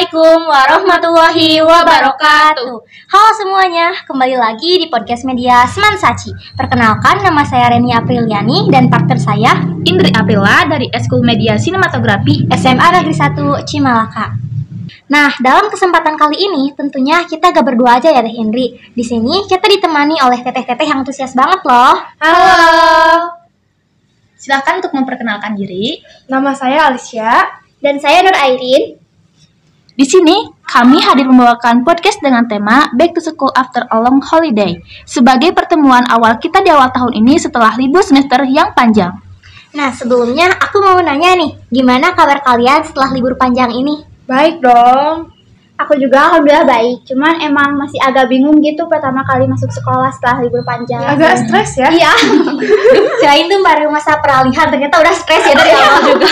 Assalamualaikum warahmatullahi wabarakatuh. Halo semuanya, kembali lagi di podcast media Semansaci. Perkenalkan, nama saya Reni Apriliani dan partner saya Indri Aprila dari Eskul Media Sinematografi SMA Negeri 1 Cimalaka. Nah, dalam kesempatan kali ini tentunya kita gak berdua aja ya Teh Indri. Di sini kita ditemani oleh teteh-teteh yang antusias banget loh. Halo. Silakan untuk memperkenalkan diri. Nama saya Alicia. Dan saya Nur Airin. Di sini kami hadir membawakan podcast dengan tema Back to School After a Long Holiday sebagai pertemuan awal kita di awal tahun ini setelah libur semester yang panjang. Nah, sebelumnya aku mau nanya nih, gimana kabar kalian setelah libur panjang ini? Baik dong. Aku juga alhamdulillah baik, cuman emang masih agak bingung gitu pertama kali masuk sekolah setelah libur panjang. Agak stres ya? Iya. Kirain tuh baru masa peralihan, ternyata udah stres ya dari awal juga.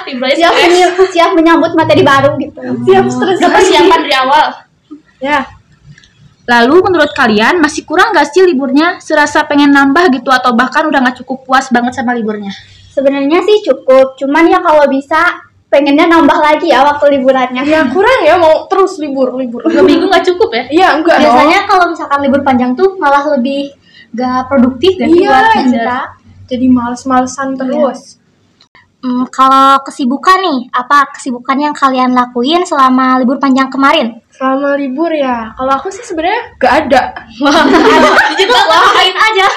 Siap menyambut materi baru gitu. Siap stres. Persiapan dari awal. Ya. Lalu menurut kalian masih kurang gak sih liburnya? Serasa pengen nambah gitu atau bahkan udah gak cukup puas banget sama liburnya? Sebenarnya sih cukup, cuman ya kalau bisa pengennya nambah lagi ya waktu liburannya. Ya kurang ya, mau terus libur. 2 minggu gak cukup ya? Iya, enggak dong. Biasanya kalau misalkan libur panjang tuh malah lebih gak produktif dan buat kita. Jadi males-malesan terus. Kalau kesibukan nih, apa kesibukan yang kalian lakuin selama libur panjang kemarin? Selama libur ya, kalau aku sih sebenarnya gak ada. Ngapain aja?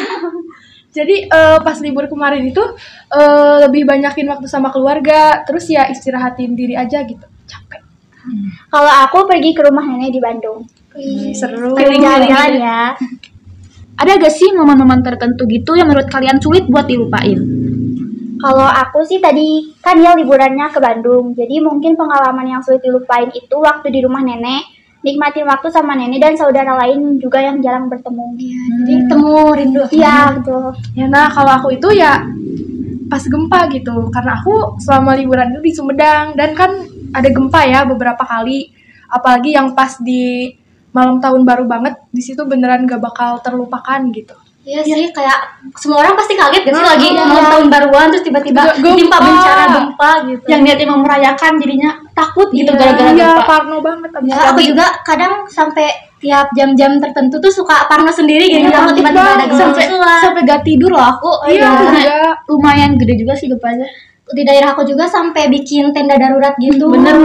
Jadi pas libur kemarin itu lebih banyakin waktu sama keluarga, terus ya istirahatin diri aja gitu. Capek. Kalau aku pergi ke rumah nenek di Bandung. Seru. Jalan-jalan ya. Ada gak sih momen-momen tertentu gitu yang menurut kalian sulit buat dilupain? Kalau aku sih tadi kan ya liburannya ke Bandung, jadi mungkin pengalaman yang sulit dilupain itu waktu di rumah nenek, nikmatin waktu sama nenek dan saudara lain juga yang jarang bertemu. Jadi ketemu rindu. Iya betul. Ya nah kalau aku itu ya pas gempa gitu, karena aku selama liburan itu di Sumedang dan kan ada gempa ya beberapa kali, apalagi yang pas di malam tahun baru banget, di situ beneran gak bakal terlupakan gitu. Iya sih, kayak semua orang pasti kaget gak sih lagi malam tahun baruan terus tiba-tiba Gempa. timpa bencana gempa gitu. Yang niatnya mau merayakan jadinya takut gitu gara-gara Iya, gempa. parno banget. Ya, aku juga kadang sampai tiap jam-jam tertentu tuh suka parno sendiri gitu kalau tiba-tiba ada gempa susulan. Sampai gak tidur loh aku. Iya, juga. Lumayan gede juga sih gempanya. Di daerah aku juga sampai bikin tenda darurat gitu. Bener.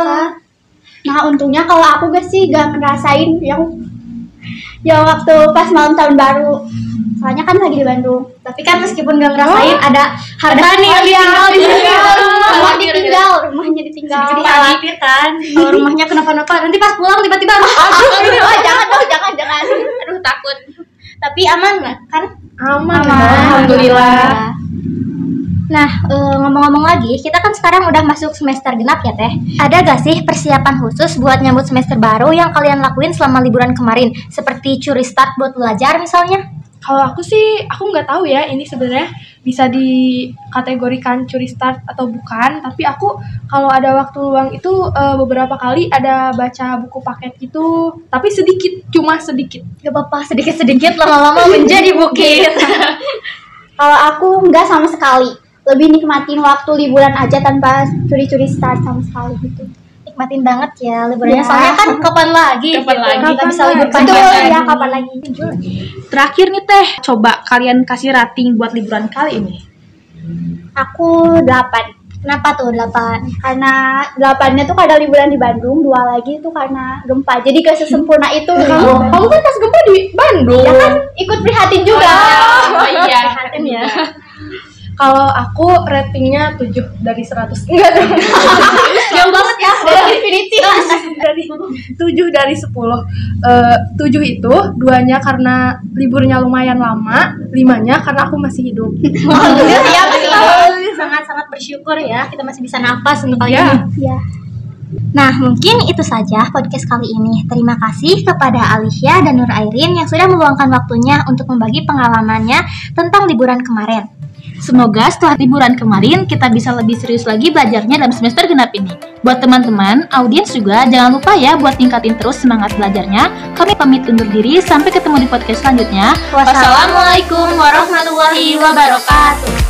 Nah untungnya kalau aku gak sih gak ngerasain yang waktu pas malam tahun baru. Soalnya kan lagi di Bandung. Tapi kan meskipun gak ngerasain ada harga nih yang ditinggal, rumahnya ditinggal. Sedikit khawatir kan kalau rumahnya kenapa-napa, nanti pas pulang tiba-tiba jangan. aduh takut. Tapi aman kan? Aman. Alhamdulillah. Nah, ngomong-ngomong lagi, kita kan sekarang udah masuk semester genap ya Teh. Ada gak sih persiapan khusus buat nyambut semester baru yang kalian lakuin selama liburan kemarin? Seperti curi start buat belajar misalnya? Kalau aku sih, aku nggak tahu ya ini sebenarnya bisa dikategorikan curi start atau bukan. Tapi aku kalau ada waktu luang itu beberapa kali ada baca buku paket gitu. Tapi sedikit, cuma sedikit. Gak apa-apa, sedikit-sedikit lama-lama menjadi bukit. Kalau aku nggak sama sekali. Lebih nikmatin waktu liburan aja tanpa curi-curi start sama sekali gitu. Nikmatin banget ya liburannya, Ya. soalnya kan kapan lagi kita bisa libur panjang. Betul ya, kapan lagi? Terakhir nih Teh, coba kalian kasih rating buat liburan kali ini. Aku 8. Kenapa tuh 8? Karena 8-nya tuh karena liburan di Bandung, 2 lagi tuh karena gempa. Jadi gak sesempurna itu. Kamu kan pas gempa di Bandung. Ya kan ikut prihatin juga. Oh iya, Hatim ya. Kalau aku ratingnya 7 dari 100. Enggak dong. Jauh banget ya. Infinity. Dari 7 dari 10. 7 itu 2-nya karena liburnya lumayan lama, 5-nya karena aku masih hidup. Sangat-sangat bersyukur ya kita masih bisa nafas untuk kali Iya. ini. Ya. Nah, mungkin itu saja podcast kali ini. Terima kasih kepada Alicia dan Nur Airin yang sudah meluangkan waktunya untuk membagi pengalamannya tentang liburan kemarin. Semoga setelah liburan kemarin kita bisa lebih serius lagi belajarnya dalam semester genap ini. Buat teman-teman, audiens juga jangan lupa ya buat tingkatin terus semangat belajarnya. Kami pamit undur diri, sampai ketemu di podcast selanjutnya. Wassalamualaikum warahmatullahi wabarakatuh.